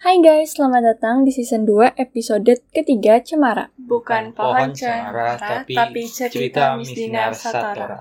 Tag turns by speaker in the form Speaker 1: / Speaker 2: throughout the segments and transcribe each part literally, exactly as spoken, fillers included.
Speaker 1: Hai guys, selamat datang di season dua episode ketiga Cemara.
Speaker 2: Bukan pohon cemara, tapi, tapi cerita, cerita Miss Dinar Satora.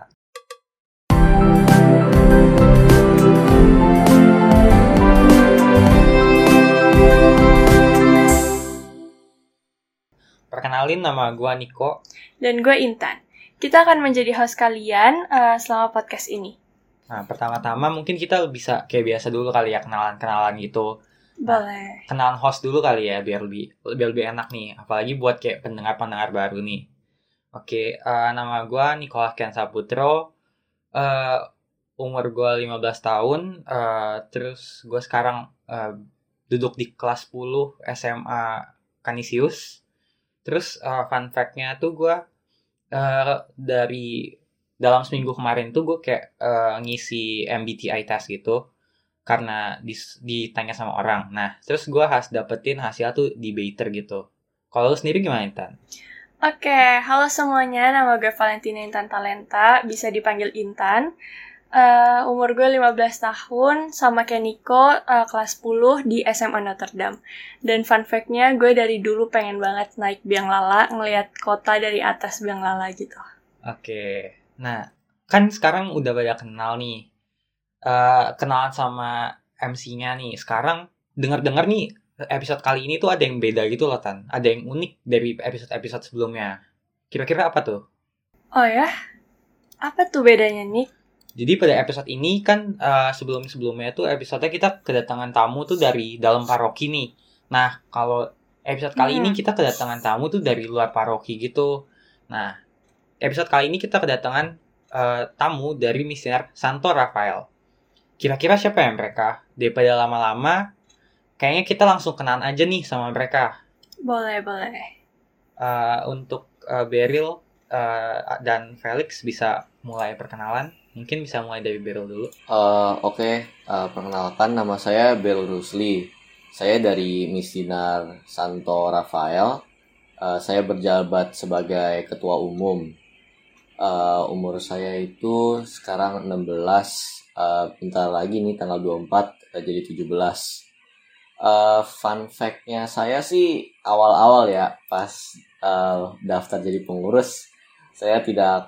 Speaker 3: Perkenalin, nama gue Niko.
Speaker 2: Dan gue Intan. Kita akan menjadi host kalian uh, selama podcast ini.
Speaker 3: Nah, pertama-tama mungkin kita bisa kayak biasa dulu kali ya, kenalan-kenalan gitu.
Speaker 2: Boleh.
Speaker 3: Nah, kenalan host dulu kali ya, biar lebih biar lebih enak nih. Apalagi buat kayak pendengar-pendengar baru nih. Oke, uh, nama gue Nikolas Kian Saputro. Uh, umur gue lima belas tahun. Uh, terus gue sekarang uh, duduk di kelas sepuluh S M A Canisius. Terus uh, fun fact-nya tuh gue uh, dari dalam seminggu kemarin tuh gue kayak uh, ngisi M B T I test gitu. Karena ditanya sama orang. Nah, terus gue harus dapetin hasil tuh di Baiter gitu. Kalau lu sendiri gimana, Intan?
Speaker 2: Oke, okay, halo semuanya. Nama gue Valentina Intan Talenta. Bisa dipanggil Intan. Uh, umur gue lima belas tahun. Sama kayak Niko, uh, kelas sepuluh di S M A Notre Dame. Dan fun fact-nya, gue dari dulu pengen banget naik biang lala. Ngelihat kota dari atas biang lala gitu.
Speaker 3: Oke, okay. Nah, kan sekarang udah banyak kenal nih. Uh, kenalan sama M C-nya nih. Sekarang dengar-dengar nih episode kali ini tuh ada yang beda gitu loh, Tan. Ada yang unik dari episode-episode sebelumnya. Kira-kira apa tuh?
Speaker 2: Oh ya? Apa tuh bedanya, Nick?
Speaker 3: Jadi pada episode ini kan uh, sebelum-sebelumnya tuh episode-nya kita kedatangan tamu tuh dari dalam paroki nih. Nah, kalau episode kali hmm. ini kita kedatangan tamu tuh dari luar paroki gitu. Nah, episode kali ini kita kedatangan uh, tamu dari misioner Santo Rafael. Kira-kira siapa ya mereka? Daripada lama-lama, kayaknya kita langsung kenalan aja nih sama mereka.
Speaker 2: Boleh, boleh.
Speaker 3: Uh, untuk uh, Beryl uh, dan Felix bisa mulai perkenalan. Mungkin bisa mulai dari Beryl dulu.
Speaker 4: Uh, Oke, okay. uh, perkenalkan nama saya Beryl Rusli. Saya dari Misioner Santo Rafael. Uh, saya berjabat sebagai ketua umum. Uh, umur saya itu sekarang enam belas. Uh, bentar lagi nih tanggal dua puluh empat uh, jadi tujuh belas. Uh, fun fact-nya saya sih awal-awal ya pas uh, daftar jadi pengurus saya tidak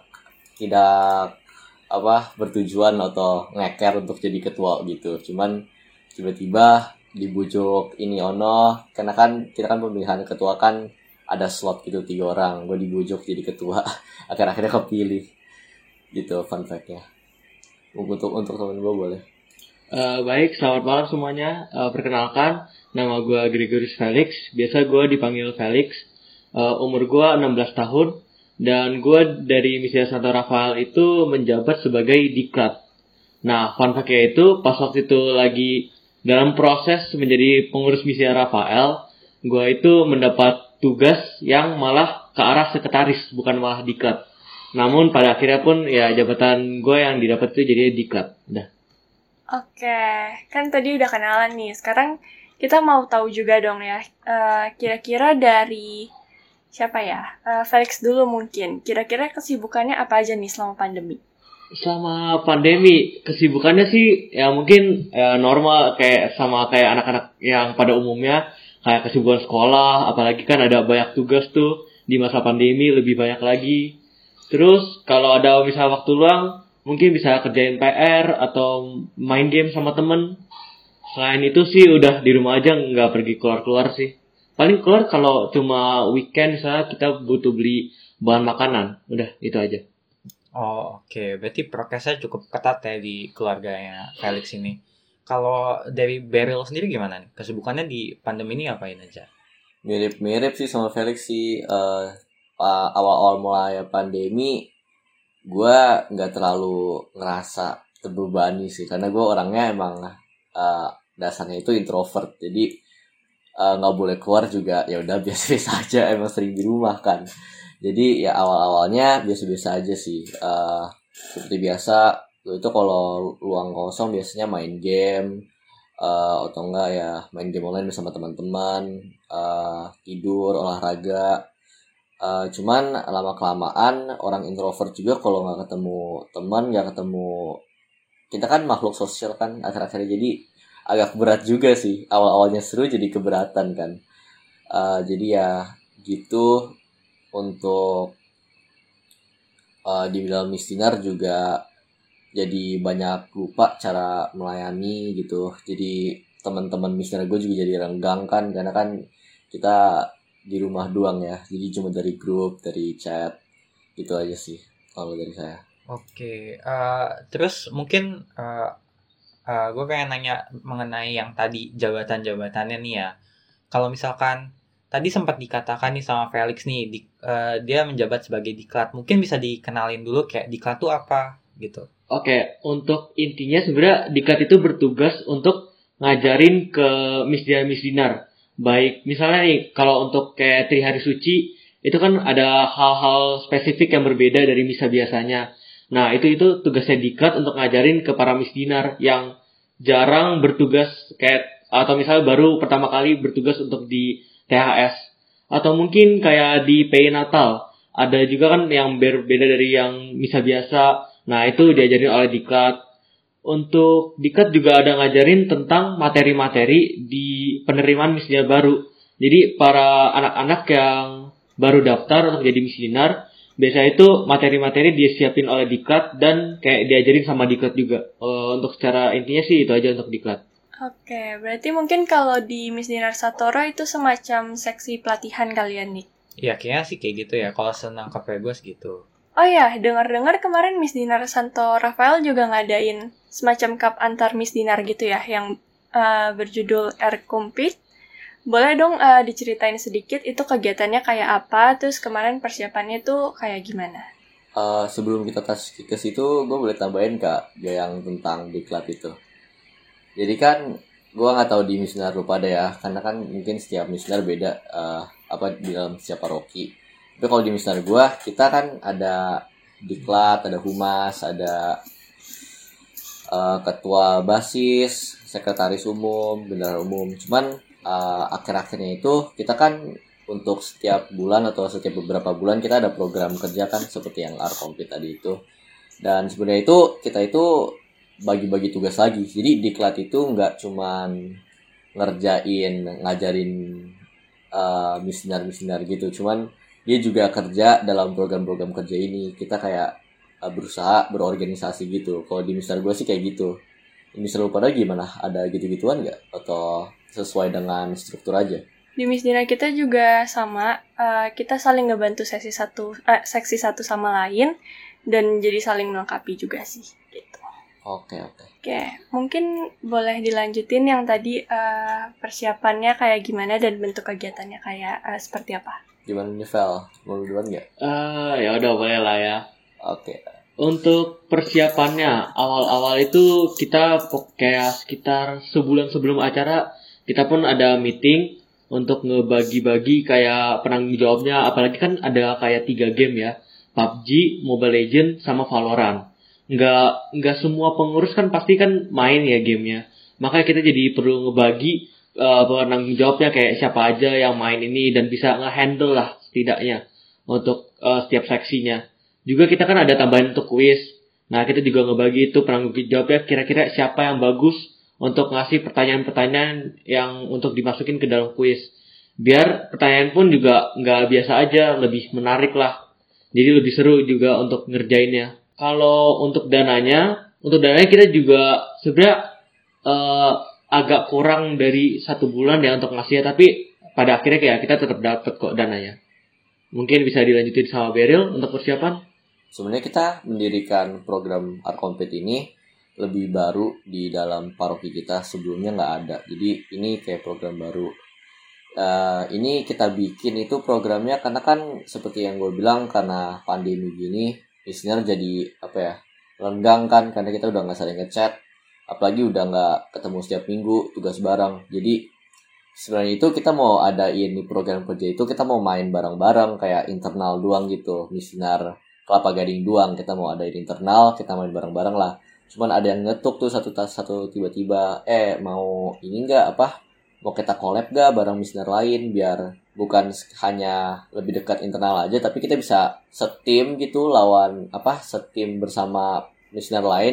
Speaker 4: tidak apa bertujuan atau ngeker untuk jadi ketua gitu. Cuman tiba-tiba dibujuk ini ono karena kan kita kan pemilihan ketua kan ada slot gitu tiga orang. Gue dibujuk jadi ketua. Akhir-akhirnya kepilih. Gitu fun fact-nya. Untuk untuk teman gue boleh.
Speaker 5: Uh, baik, selamat malam semuanya. Uh, perkenalkan, nama gue Gregorius Felix. Biasa gue dipanggil Felix. Uh, umur gue enam belas tahun dan gue dari Misioner Santo Rafael itu menjabat sebagai diklat. Nah, fun fact-nya itu pas waktu itu lagi dalam proses menjadi pengurus Misioner Rafael, gue itu mendapat tugas yang malah ke arah sekretaris, bukan malah diklat. Namun pada akhirnya pun ya jabatan gue yang didapat itu jadi diklat. Udah.
Speaker 2: Oke, kan tadi udah kenalan nih. Sekarang kita mau tahu juga dong ya. Uh, kira-kira dari siapa ya? Uh, Felix dulu mungkin. Kira-kira kesibukannya apa aja nih selama pandemi?
Speaker 5: Selama pandemi kesibukannya sih ya mungkin ya normal kayak sama kayak anak-anak yang pada umumnya kayak kesibukan sekolah. Apalagi kan ada banyak tugas tuh di masa pandemi lebih banyak lagi. Terus kalau ada misal waktu luang, mungkin bisa kerjain P R atau main game sama temen. Selain itu sih udah di rumah aja, nggak pergi keluar-keluar sih. Paling keluar kalau cuma weekend misalnya kita butuh beli bahan makanan. Udah, itu aja.
Speaker 3: Oh oke, okay. Berarti prokesnya cukup ketat ya di keluarganya Felix ini. Kalau dari Beryl sendiri gimana nih? Kesibukannya di pandemi ini ngapain aja?
Speaker 4: Mirip-mirip sih sama Felix sih. Uh... Uh, awal-awal mulai pandemi gue nggak terlalu ngerasa terbebani sih karena gue orangnya emang uh, dasarnya itu introvert, jadi nggak uh, boleh keluar juga ya udah biasa-biasa aja, emang sering di rumah kan, jadi ya awal-awalnya biasa-biasa aja sih. Uh, seperti biasa gue itu kalau luang kosong biasanya main game uh, atau enggak ya main game online bersama teman-teman, uh, tidur, olahraga. Uh, cuman lama-kelamaan orang introvert juga kalau nggak ketemu teman, nggak ketemu, kita kan makhluk sosial kan akhir-akhirnya, jadi agak berat juga sih. Awal-awalnya seru jadi keberatan kan. Uh, jadi ya gitu. Untuk uh, di dalam Mistinar juga jadi banyak lupa cara melayani gitu. Jadi teman-teman Mistinar gue juga jadi renggang kan, karena kan kita di rumah doang ya. Jadi cuma dari grup, dari chat gitu aja sih kalau dari saya.
Speaker 3: Oke, uh, terus mungkin uh, uh, gue pengen nanya mengenai yang tadi jabatan-jabatannya nih ya. Kalau misalkan tadi sempat dikatakan nih sama Felix nih, di, uh, dia menjabat sebagai diklat. Mungkin bisa dikenalin dulu kayak diklat itu apa gitu.
Speaker 5: Oke, untuk intinya sebenarnya diklat itu bertugas untuk ngajarin ke misdinar-misdinar. Baik, misalnya nih kalau untuk kayak Trihari Suci itu kan ada hal-hal spesifik yang berbeda dari misa biasanya. Nah, itu itu tugasnya diklat untuk ngajarin ke para misdinar yang jarang bertugas kayak atau misalnya baru pertama kali bertugas untuk di T H S atau mungkin kayak di P I Natal. Ada juga kan yang berbeda dari yang misa biasa. Nah, itu diajarin oleh diklat. Untuk diklat juga ada ngajarin tentang materi-materi di penerimaan misdinar baru. Jadi para anak-anak yang baru daftar untuk jadi misdinar, biasa itu materi-materi disiapin oleh diklat dan kayak diajarin sama diklat juga. Uh, untuk secara intinya sih itu aja untuk diklat.
Speaker 2: Oke, berarti mungkin kalau di Misdinar Satoro itu semacam seksi pelatihan kalian nih?
Speaker 3: Iya, kayaknya sih kayak gitu ya. Kalau senang ke gue gitu.
Speaker 2: Oh ya, dengar-dengar kemarin Misdinar Santo Rafael juga ngadain semacam cup antar Misdinar gitu ya, yang uh, berjudul Air Compete. Boleh dong uh, diceritain sedikit itu kegiatannya kayak apa, terus kemarin persiapannya tuh kayak gimana?
Speaker 4: Uh, sebelum kita tas ke situ, gue boleh tambahin Kak yang tentang diklat itu. Jadi kan gue nggak tahu di Mistinar lupa deh ya, karena kan mungkin setiap Mistinar beda uh, apa di dalam setiap paroki. Tapi kalau di Mistinar gue, kita kan ada diklat, ada humas, ada uh, ketua basis, sekretaris umum, bendahara umum. Cuman uh, akhir-akhirnya itu kita kan untuk setiap bulan atau setiap beberapa bulan kita ada program kerja kan seperti yang Air Compete tadi itu. Dan sebenarnya itu kita itu bagi-bagi tugas lagi. Jadi diklat itu nggak cuman ngerjain, ngajarin uh, misinar-misinar gitu. Cuman dia juga kerja dalam program-program kerja ini. Kita kayak uh, berusaha berorganisasi gitu. Kalau di misinar gue sih kayak gitu. Di misinar lu pada gimana? Ada gitu-gituan nggak? Atau sesuai dengan struktur aja?
Speaker 2: Di Misdinar kita juga sama, uh, kita saling ngebantu seksi satu, uh, seksi satu sama lain, dan jadi saling melengkapi juga sih, gitu.
Speaker 4: Oke, oke.
Speaker 2: Oke, mungkin boleh dilanjutin yang tadi uh, persiapannya kayak gimana dan bentuk kegiatannya kayak uh, seperti apa?
Speaker 4: Gimana nih, Vel? Mau duluan nggak?
Speaker 5: Uh, ya udah boleh lah ya.
Speaker 4: Oke.
Speaker 5: Untuk persiapannya, awal-awal itu kita kayak sekitar sebulan sebelum acara, kita pun ada meeting untuk ngebagi-bagi kayak penanggung jawabnya, apalagi kan ada kayak tiga game ya, P U B G, Mobile Legends, sama Valorant. Nggak, nggak semua pengurus kan pasti kan main ya gamenya. Makanya kita jadi perlu ngebagi uh, penanggung jawabnya kayak siapa aja yang main ini dan bisa nge-handle lah setidaknya untuk uh, setiap seksinya. Juga kita kan ada tambahan untuk quiz. Nah kita juga ngebagi itu penanggung jawabnya kira-kira siapa yang bagus untuk ngasih pertanyaan-pertanyaan yang untuk dimasukin ke dalam kuis. Biar pertanyaan pun juga nggak biasa aja, lebih menarik lah. Jadi lebih seru juga untuk ngerjainnya. Kalau untuk dananya, untuk dananya kita juga sebenarnya uh, agak kurang dari satu bulan ya untuk ngasihnya. Tapi pada akhirnya kayak kita tetap dapat kok dananya. Mungkin bisa dilanjutin sama Beryl untuk persiapan.
Speaker 4: Sebenarnya kita mendirikan program Air Compete ini lebih baru di dalam paroki kita, sebelumnya nggak ada. Jadi ini kayak program baru. Uh, ini kita bikin itu programnya karena kan seperti yang gue bilang, karena pandemi gini, istilahnya jadi apa ya, lenggang kan, karena kita udah nggak saling ngechat, apalagi udah nggak ketemu setiap minggu tugas bareng. Jadi sebenarnya itu kita mau adain di program kerja itu, kita mau main bareng-bareng kayak internal doang gitu, misinar Kelapa Gading doang. Kita mau adain internal, kita main bareng-bareng lah. Cuman ada yang ngetuk tuh satu tas satu tiba-tiba eh mau ini enggak apa mau kita collab gak bareng misinar lain, biar bukan hanya lebih dekat internal aja tapi kita bisa setim gitu lawan apa setim bersama misinar lain,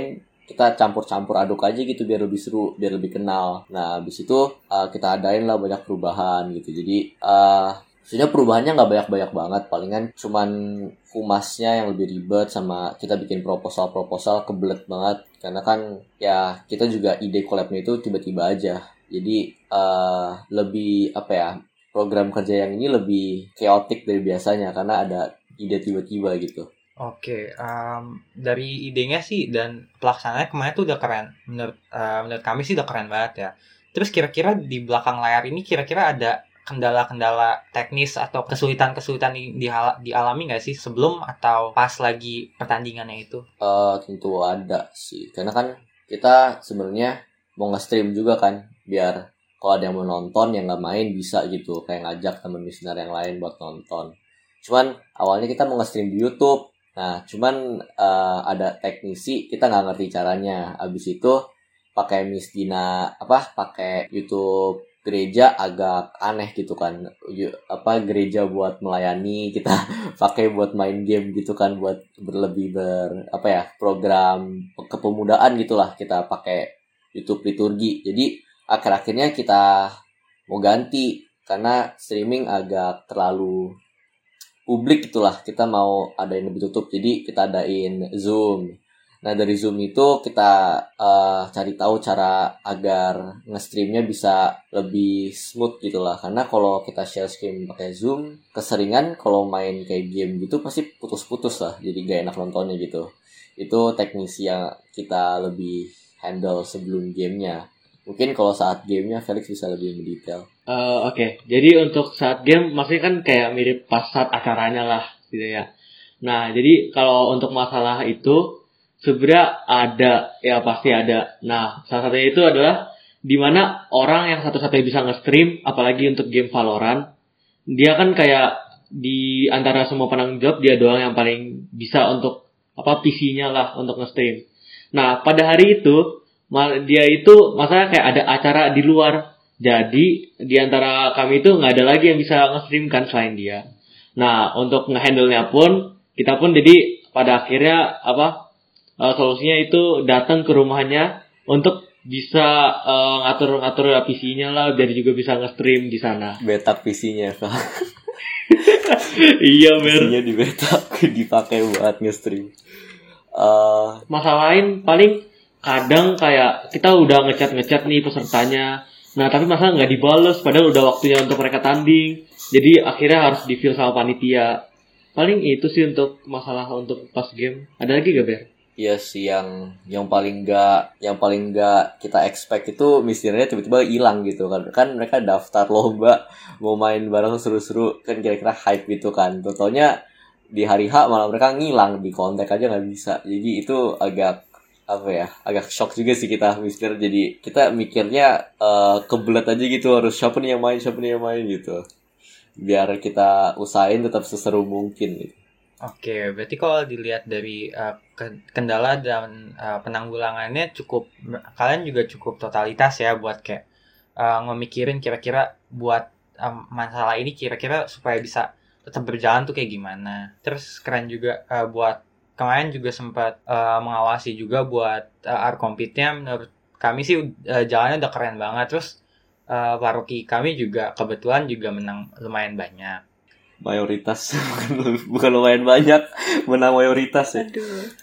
Speaker 4: kita campur-campur aduk aja gitu biar lebih seru, biar lebih kenal. Nah habis itu uh, kita adain lah banyak perubahan gitu. Jadi uh, sebenarnya perubahannya nggak banyak-banyak banget, palingan cuman humasnya yang lebih ribet sama kita bikin proposal-proposal kebelet banget. Karena kan ya kita juga ide collabnya itu tiba-tiba aja. Jadi uh, lebih apa ya, program kerja yang ini lebih chaotic dari biasanya karena ada ide tiba-tiba gitu.
Speaker 3: Oke, um, dari idenya sih dan pelaksanaannya kemarin tuh udah keren. Menurut uh, menurut kami sih udah keren banget ya. Terus kira-kira di belakang layar ini kira-kira ada kendala-kendala teknis atau kesulitan-kesulitan di, di dialami nggak sih sebelum atau pas lagi pertandingannya itu?
Speaker 4: Uh, tentu ada sih, karena kan kita sebenarnya mau nge-stream juga kan, biar kalau ada yang mau nonton yang nggak main bisa gitu, kayak ngajak temen Misinar yang lain buat nonton. Cuman awalnya kita mau nge-stream di YouTube, nah cuman uh, ada teknisi kita nggak ngerti caranya. Abis itu pakai Misdina apa pakai YouTube gereja agak aneh gitu kan, apa gereja buat melayani kita pakai buat main game gitu kan, buat berlebih ber apa ya program kepemudaan gitulah kita pakai YouTube liturgi. Jadi akhir-akhirnya kita mau ganti karena streaming agak terlalu publik gitulah, kita mau adain lebih tutup, jadi kita adain Zoom. Nah dari Zoom itu kita uh, cari tahu cara agar nge-streamnya bisa lebih smooth gitulah, karena kalau kita share screen pakai Zoom keseringan kalau main kayak game gitu pasti putus-putus lah, jadi gak enak nontonnya gitu. Itu teknisi yang kita lebih handle sebelum gamenya. Mungkin kalau saat gamenya Felix bisa lebih mendetail.
Speaker 5: Uh, Oke, okay. Jadi untuk saat game maksudnya kan kayak mirip pas saat acaranya lah gitu ya. Nah jadi kalau untuk masalah itu sebenarnya ada, ya pasti ada. Nah salah satunya itu adalah dimana orang yang satu-satunya bisa nge-stream, apalagi untuk game Valorant, dia kan kayak di antara semua penanggung jawab dia doang yang paling bisa untuk apa P C-nya lah untuk nge-stream. Nah pada hari itu dia itu masalah kayak ada acara di luar, jadi di antara kami itu nggak ada lagi yang bisa nge-stream kan selain dia. Nah untuk nge-handle-nya pun kita pun jadi pada akhirnya apa uh, solusinya itu datang ke rumahnya untuk bisa uh, ngatur-ngatur P C-nya lah biar juga bisa nge-stream di sana.
Speaker 4: Betak P C-nya kan.
Speaker 5: Iya ber. P
Speaker 4: C-nya di betak dipakai buat nge-stream. Uh,
Speaker 5: Masalah lain paling kadang kayak kita udah ngechat-ngechat nih pesertanya, nah tapi masalah nggak dibales padahal udah waktunya untuk mereka tanding, jadi akhirnya harus di-feel sama panitia. Paling itu sih untuk masalah untuk pas game. Ada lagi gak Ber?
Speaker 4: Iya sih, yang yang paling nggak yang paling nggak kita expect itu misterinya tiba-tiba hilang gitu kan. Kan mereka daftar lomba mau main bareng seru-seru kan, kira-kira hype gitu kan, totalnya di hari H malah mereka ngilang, di kontak aja nggak bisa. Jadi itu agak apa ya, agak shock juga sih kita mister. Jadi kita mikirnya uh, kebelet aja gitu, harus siapa nih yang main siapa nih yang main gitu, biar kita usahain tetap seseru mungkin gitu.
Speaker 3: Oke, berarti kalau dilihat dari uh, kendala dan uh, penanggulangannya cukup, kalian juga cukup totalitas ya buat kayak uh, ngemikirin kira-kira buat um, masalah ini kira-kira supaya bisa tetap berjalan tuh kayak gimana. Terus keren juga uh, buat kemarin juga sempat uh, mengawasi juga buat uh, art compete-nya. Menurut kami sih uh, jalannya udah keren banget. Terus uh, paroki kami juga kebetulan juga menang lumayan banyak.
Speaker 4: Mayoritas bukan lumayan banyak, menang mayoritas ya.
Speaker 2: Aduh. Oke,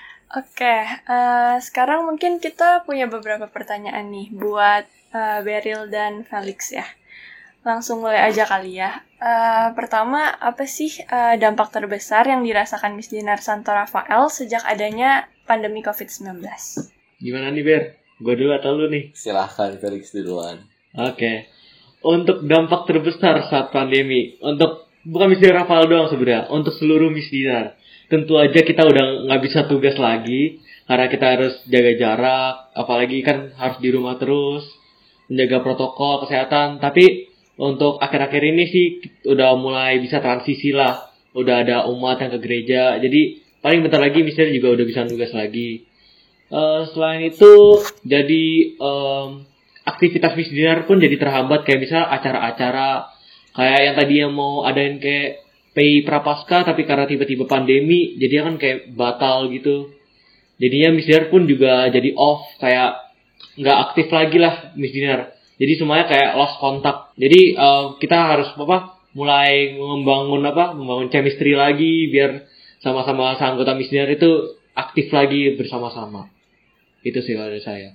Speaker 2: okay, uh, sekarang mungkin kita punya beberapa pertanyaan nih buat uh, Beryl dan Felix ya. Langsung mulai aja kali ya. Uh, pertama, apa sih uh, dampak terbesar yang dirasakan Miss Dinar Santo Rafael sejak adanya pandemi covid sembilan belas?
Speaker 5: Gimana nih Ber? Gue dulu atau lu nih?
Speaker 4: Silahkan Felix duluan.
Speaker 5: Oke. Okay. Untuk dampak terbesar saat pandemi, untuk bukan Miss Dinar Rafael doang sebenarnya, untuk seluruh Miss Dinar. Tentu aja kita udah nggak bisa tugas lagi karena kita harus jaga jarak, apalagi kan harus di rumah terus, menjaga protokol kesehatan. Tapi untuk akhir-akhir ini sih udah mulai bisa transisi lah. Udah ada umat yang ke gereja. Jadi paling bentar lagi misalnya juga udah bisa nugas lagi. Uh, selain itu jadi um, aktivitas Miss Dinar pun jadi terhambat. Kayak misal acara-acara kayak yang tadi yang mau adain kayak P I Prapaskah, tapi karena tiba-tiba pandemi jadi kan kayak batal gitu. Jadinya Miss Dinar pun juga jadi off, kayak nggak aktif lagi lah Miss Dinar. Jadi semuanya kayak lost kontak. Jadi uh, kita harus apa? Mulai membangun apa? Membangun chemistry lagi biar sama-sama anggota Miss Dinar itu aktif lagi bersama-sama. Itu sih kalau dari saya.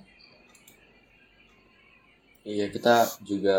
Speaker 4: Iya, kita juga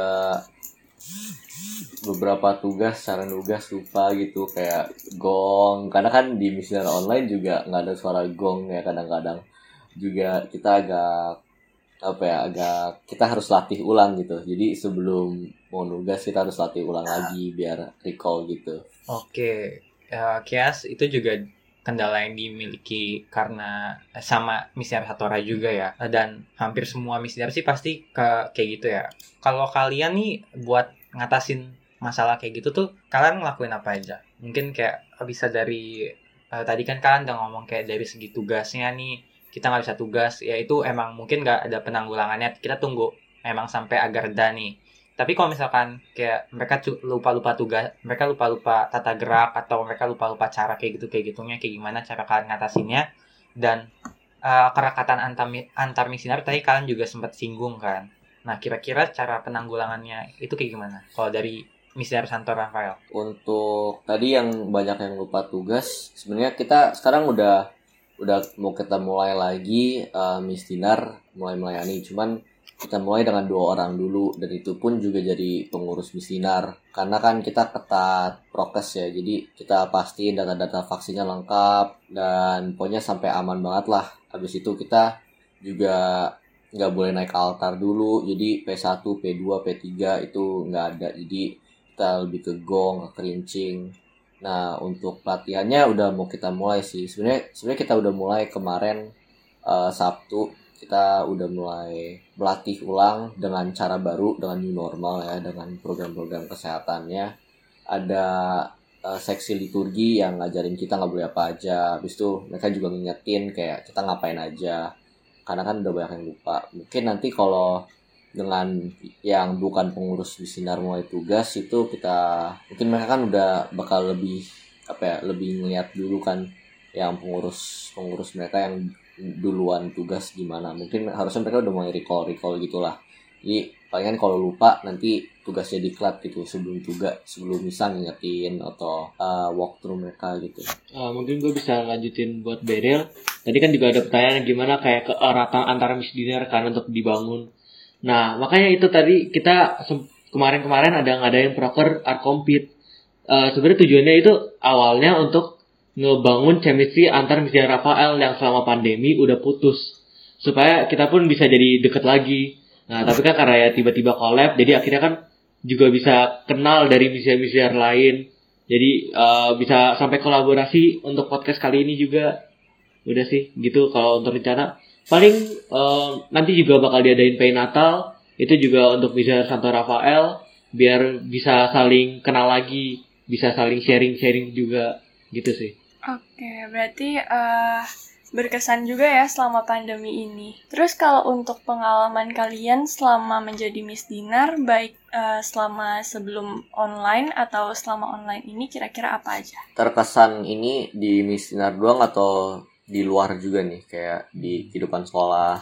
Speaker 4: beberapa tugas secara nugas lupa gitu, kayak gong. Karena kan di Miss Dinar online juga nggak ada suara gong ya, kadang-kadang juga kita agak apa ya agak kita harus latih ulang gitu. Jadi sebelum mau nugas kita harus latih ulang lagi biar recall gitu.
Speaker 3: Oke, ya Kias itu juga kendala yang dimiliki karena sama Miss Dinar Satora juga ya. Dan hampir semua Miss Dinar sih pasti ke kayak gitu ya. Kalau kalian nih buat ngatasin masalah kayak gitu tuh kalian ngelakuin apa aja? Mungkin kayak bisa dari uh, tadi kan kalian udah ngomong kayak dari segi tugasnya nih, kita nggak bisa tugas, ya itu emang mungkin nggak ada penanggulangannya, kita tunggu emang sampai agarda nih. Tapi kalau misalkan kayak mereka lupa-lupa tugas, mereka lupa-lupa tata gerak, atau mereka lupa-lupa cara kayak gitu kayak gitunya, kayak gimana cara kalian ngatasinnya, dan uh, kerekatan antar antar Miss Dinar tadi kalian juga sempat singgung kan. Nah kira-kira cara penanggulangannya itu kayak gimana? Kalau dari Miss Dinar Santo Rafael.
Speaker 4: Untuk tadi yang banyak yang lupa tugas, sebenarnya kita sekarang udah udah mau kita mulai lagi uh, Miss Dinar mulai melayani, cuman kita mulai dengan dua orang dulu, dan itu pun juga jadi pengurus Miss Dinar karena kan kita ketat prokes ya, jadi kita pastiin data-data vaksinnya lengkap dan pokoknya sampai aman banget lah. Habis itu kita juga nggak boleh naik altar dulu, jadi P satu, P dua, P tiga itu nggak ada, jadi kita lebih ke gong, ke kerincing. Nah untuk pelatihannya udah mau kita mulai sih. Sebenarnya sebenarnya kita udah mulai kemarin uh, Sabtu kita udah mulai melatih ulang dengan cara baru, dengan new normal ya, dengan program-program kesehatannya. Ada uh, seksi liturgi yang ngajarin kita nggak boleh apa aja. Habis itu mereka juga ngingetin kayak kita ngapain aja. Karena kan udah banyak yang lupa. Mungkin nanti kalau dengan yang bukan pengurus Miss Dinar mulai tugas itu kita mungkin mereka kan udah bakal lebih apa ya lebih ngeliat dulu kan yang pengurus pengurus mereka yang duluan tugas gimana, mungkin harusnya mereka udah mulai recall recall gitulah. Jadi palingan kalau lupa nanti tugasnya diklat gitu sebelum tugas sebelum misal ngingetin atau uh, walkthrough mereka gitu.
Speaker 5: Uh, mungkin gue bisa lanjutin buat Beril. Tadi kan juga ada pertanyaan gimana kayak keeratan antara Miss Dinar kan untuk dibangun. Nah, makanya itu tadi kita se- kemarin-kemarin ada ngadain proker art compete. Uh, sebenarnya tujuannya itu awalnya untuk ngebangun chemistry antar Miss Dinar Rafael yang selama pandemi udah putus. Supaya kita pun bisa jadi deket lagi. Nah, tapi kan karena ya tiba-tiba collab, jadi akhirnya kan juga bisa kenal dari Miss Dinar-Miss Dinar lain. Jadi uh, bisa sampai kolaborasi untuk podcast kali ini juga. Udah sih, gitu kalau untuk rencana. Paling uh, nanti juga bakal diadain pay Natal, itu juga untuk Miss Dinar Santo Rafael, biar bisa saling kenal lagi, bisa saling sharing-sharing juga, gitu sih.
Speaker 2: Oke, berarti uh, berkesan juga ya selama pandemi ini. Terus kalau untuk pengalaman kalian selama menjadi Miss Dinar, baik uh, selama sebelum online atau selama online ini, kira-kira apa aja?
Speaker 4: Terkesan ini di Miss Dinar doang atau di luar juga nih, kayak di kehidupan sekolah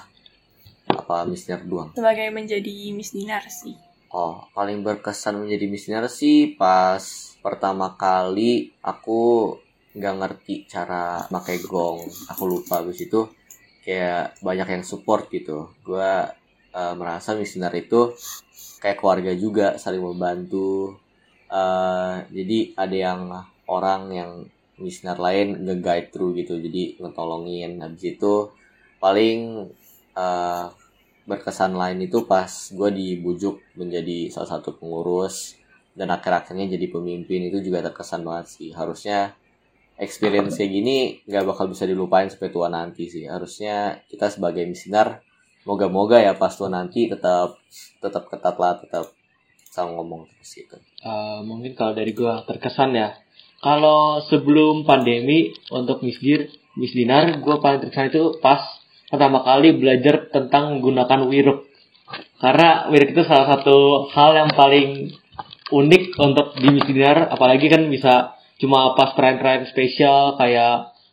Speaker 4: apa Miss Dinar doang?
Speaker 2: Sebagai menjadi Miss Dinar sih.
Speaker 4: Oh, paling berkesan menjadi Miss Dinar sih pas pertama kali aku nggak ngerti cara pakai gong, aku lupa. Habis itu kayak banyak yang support gitu. Gue uh, merasa Miss Dinar itu kayak keluarga juga, saling membantu. Uh, jadi ada yang orang yang Miss Dinar lain nge-guide through gitu, jadi ngetolongin. Habis itu paling uh, berkesan lain itu pas gue dibujuk menjadi salah satu pengurus dan akhir-akhirnya jadi pemimpin. Itu juga terkesan banget sih. Harusnya experience kayak gini gak bakal bisa dilupain sampai tua nanti sih. Harusnya kita sebagai Miss Dinar moga-moga ya pas tua nanti tetap tetap ketat lah, tetap sama ngomong terus gitu.
Speaker 5: Uh, mungkin kalau dari gue terkesan ya, kalau sebelum pandemi untuk Miss Dir, Miss Dinar, gue paling terkesan itu pas pertama kali belajar tentang menggunakan wiruk. Karena wiruk itu salah satu hal yang paling unik untuk di Miss Dinar, apalagi kan bisa cuma pas perayaan-perayaan spesial kayak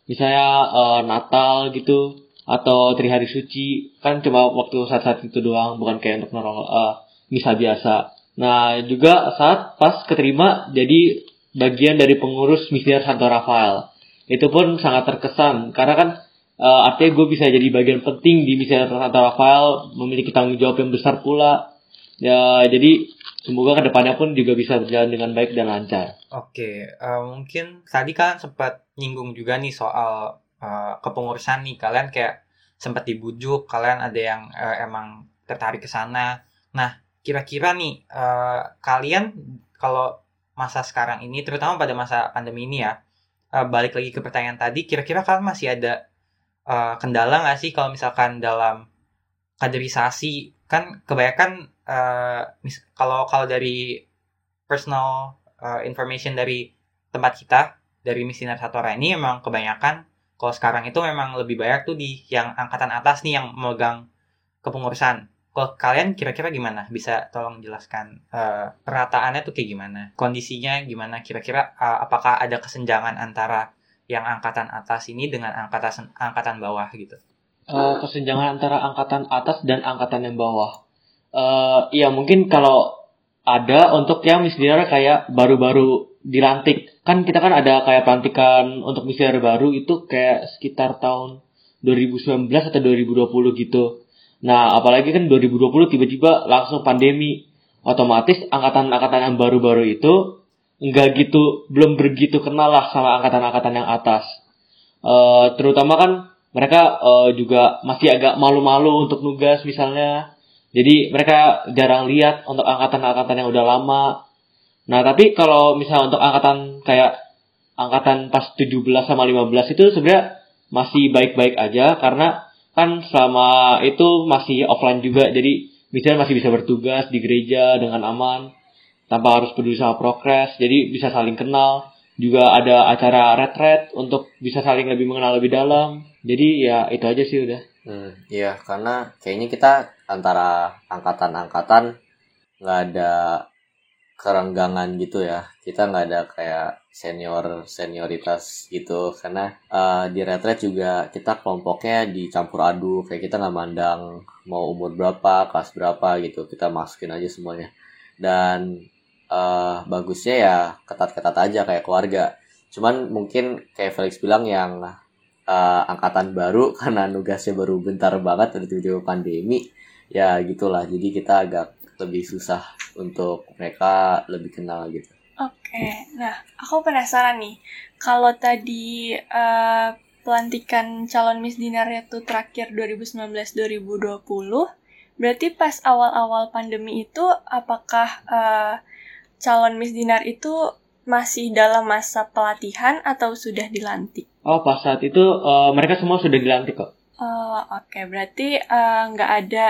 Speaker 5: misalnya uh, Natal gitu atau Trihari Suci, kan cuma waktu saat-saat itu doang, bukan kayak untuk normal uh, misa biasa. Nah juga saat pas keterima jadi bagian dari pengurus Misinar Santo Rafael, itu pun sangat terkesan karena kan uh, artinya gue bisa jadi bagian penting di Misinar Santo Rafael, memiliki tanggung jawab yang besar pula. Ya jadi semoga kedepannya pun juga bisa berjalan dengan baik dan lancar.
Speaker 3: Oke, uh, mungkin tadi kalian sempat nyinggung juga nih soal uh, kepengurusan nih. Kalian kayak sempat dibujuk, kalian ada yang uh, emang tertarik ke sana. Nah, kira-kira nih uh, kalian kalau masa sekarang ini, terutama pada masa pandemi ini ya, uh, balik lagi ke pertanyaan tadi, kira-kira kalian masih ada uh, kendala nggak sih kalau misalkan dalam kaderisasi? Kan kebanyakan uh, mis- kalau kalau dari personal uh, information dari tempat kita, dari Misinar Satora ini memang kebanyakan kalau sekarang itu memang lebih banyak tuh di yang angkatan atas nih yang memegang kepengurusan. Kalau kalian kira-kira gimana? Bisa tolong jelaskan uh, perataannya tuh kayak gimana? Kondisinya gimana? Kira-kira uh, apakah ada kesenjangan antara yang angkatan atas ini dengan angkatan angkatan bawah gitu?
Speaker 5: Uh, kesenjangan antara angkatan atas dan angkatan yang bawah. Uh, ya mungkin kalau ada untuk yang misinar kayak baru-baru dilantik. Kan kita kan ada kayak pelantikan untuk misinar baru itu kayak sekitar tahun dua ribu sembilan belas atau dua ribu dua puluh gitu. Nah apalagi kan dua ribu dua puluh tiba-tiba langsung pandemi. Otomatis angkatan-angkatan yang baru-baru itu nggak gitu, belum begitu kenal lah sama angkatan-angkatan yang atas. Uh, terutama kan mereka uh, juga masih agak malu-malu untuk nugas misalnya. Jadi mereka jarang lihat untuk angkatan-angkatan yang udah lama. Nah tapi kalau misalnya untuk angkatan kayak angkatan pas tujuh belas sama lima belas itu sebenarnya masih baik-baik aja. Karena kan selama itu masih offline juga. Jadi misalnya masih bisa bertugas di gereja dengan aman tanpa harus peduli sama prokes. Jadi bisa saling kenal. Juga ada acara retret untuk bisa saling lebih mengenal lebih dalam. Jadi ya itu aja sih udah.
Speaker 4: Hmm, iya karena kayaknya kita antara angkatan-angkatan nggak ada kerenggangan gitu ya. Kita nggak ada kayak senior senioritas gitu. Karena uh, di retret juga kita kelompoknya dicampur aduk. Kayak kita nggak mandang mau umur berapa, kelas berapa gitu. Kita masukin aja semuanya. Dan Uh, bagusnya ya ketat-ketat aja kayak keluarga. Cuman mungkin kayak Felix bilang yang uh, angkatan baru karena nugasnya baru bentar banget ada tiba-tiba pandemi ya gitulah. Jadi kita agak lebih susah untuk mereka lebih kenal gitu.
Speaker 2: Oke, nah aku penasaran nih. Kalau tadi uh, pelantikan calon Miss Dinar itu terakhir dua ribu sembilan belas dua ribu dua puluh, berarti pas awal-awal pandemi itu apakah uh, calon Miss Dinar itu masih dalam masa pelatihan atau sudah dilantik?
Speaker 5: Oh, pas saat itu uh, mereka semua sudah dilantik kok.
Speaker 2: Oh, oke. Okay. Berarti nggak uh, ada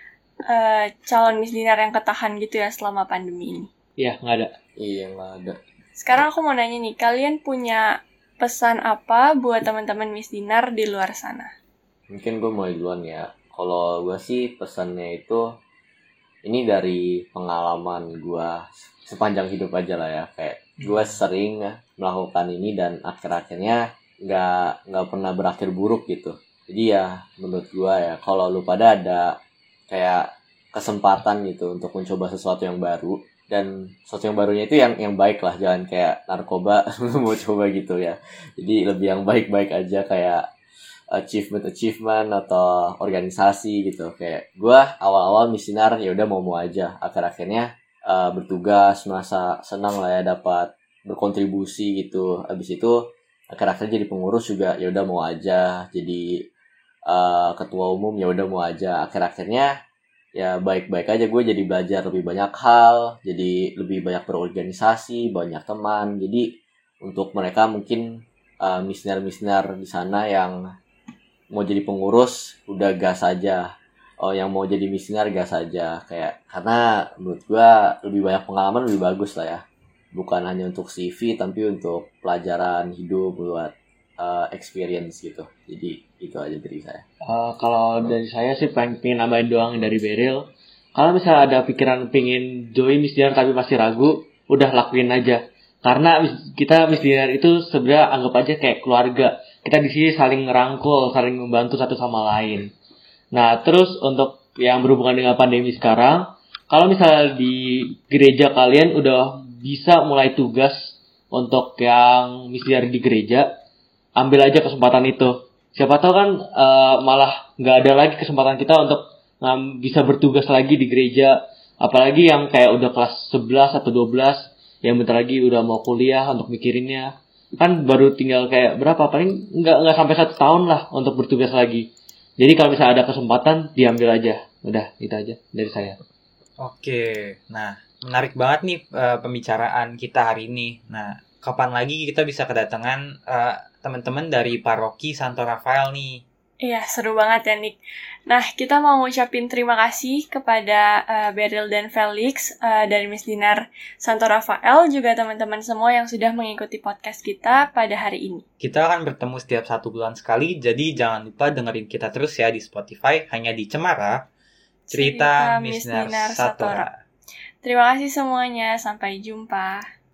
Speaker 2: uh, calon Miss Dinar yang ketahan gitu ya selama pandemi ini?
Speaker 5: Iya, nggak ada.
Speaker 4: Iya, nggak ada.
Speaker 2: Sekarang aku mau nanya nih, kalian punya pesan apa buat teman-teman Miss Dinar di luar sana?
Speaker 4: Mungkin gue mulai duluan ya. Kalau gue sih pesannya itu, ini dari pengalaman gue sepanjang hidup aja lah ya, kayak gue sering melakukan ini dan akhir-akhirnya nggak nggak pernah berakhir buruk gitu. Jadi ya menurut gue ya kalau lu pada ada kayak kesempatan gitu untuk mencoba sesuatu yang baru, dan sesuatu yang barunya itu yang yang baik lah, jangan kayak narkoba lu mau coba gitu ya. Jadi lebih yang baik-baik aja kayak achievement achievement atau organisasi gitu. Kayak gue awal-awal misinar ya udah mau-mau aja, akhir-akhirnya Uh, bertugas, merasa senang lah ya dapat berkontribusi gitu. Habis itu akhir-akhir jadi pengurus juga ya udah mau aja, jadi uh, ketua umum ya udah mau aja. Akhir-akhirnya ya baik-baik aja, gue jadi belajar lebih banyak hal, jadi lebih banyak berorganisasi, banyak teman. Jadi untuk mereka mungkin uh, misinar-misinar di sana yang mau jadi pengurus udah gas aja. Oh, yang mau jadi misinar gas aja, kayak karena menurut gua lebih banyak pengalaman lebih bagus lah ya, bukan hanya untuk C V tapi untuk pelajaran hidup buat uh, experience gitu. Jadi itu aja dari saya.
Speaker 5: Uh, kalau dari saya sih pengen, pengen nambahin doang dari Beril. Kalau misalnya ada pikiran pengen join Miss Dinar tapi masih ragu, udah lakuin aja. Karena kita Miss Dinar itu sebenarnya anggap aja kayak keluarga. kita di sini saling ngerangkul, saling membantu satu sama lain. Nah, terus untuk yang berhubungan dengan pandemi sekarang, kalau misalnya di gereja kalian udah bisa mulai tugas untuk yang misiar di gereja, ambil aja kesempatan itu. Siapa tahu kan uh, malah nggak ada lagi kesempatan kita untuk um, bisa bertugas lagi di gereja. Apalagi yang kayak udah kelas sebelas atau dua belas, yang bentar lagi udah mau kuliah untuk mikirinnya. Kan baru tinggal kayak berapa, paling nggak nggak sampai satu tahun lah untuk bertugas lagi. Jadi kalau misalnya ada kesempatan, diambil aja. Udah, itu aja dari saya.
Speaker 3: Oke, nah menarik banget nih uh, pembicaraan kita hari ini. Nah, kapan lagi kita bisa kedatangan uh, teman-teman dari paroki Santo Rafael nih?
Speaker 2: Iya, seru banget ya, Nick. Nah, kita mau ngucapin terima kasih kepada uh, Beryl dan Felix uh, dari Miss Dinar Santo Rafael, juga teman-teman semua yang sudah mengikuti podcast kita pada hari ini.
Speaker 3: Kita akan bertemu setiap satu bulan sekali, jadi jangan lupa dengerin kita terus ya di Spotify, hanya di Cemara, Cerita, Cerita Miss Dinar Satora.
Speaker 2: Terima kasih semuanya, sampai jumpa.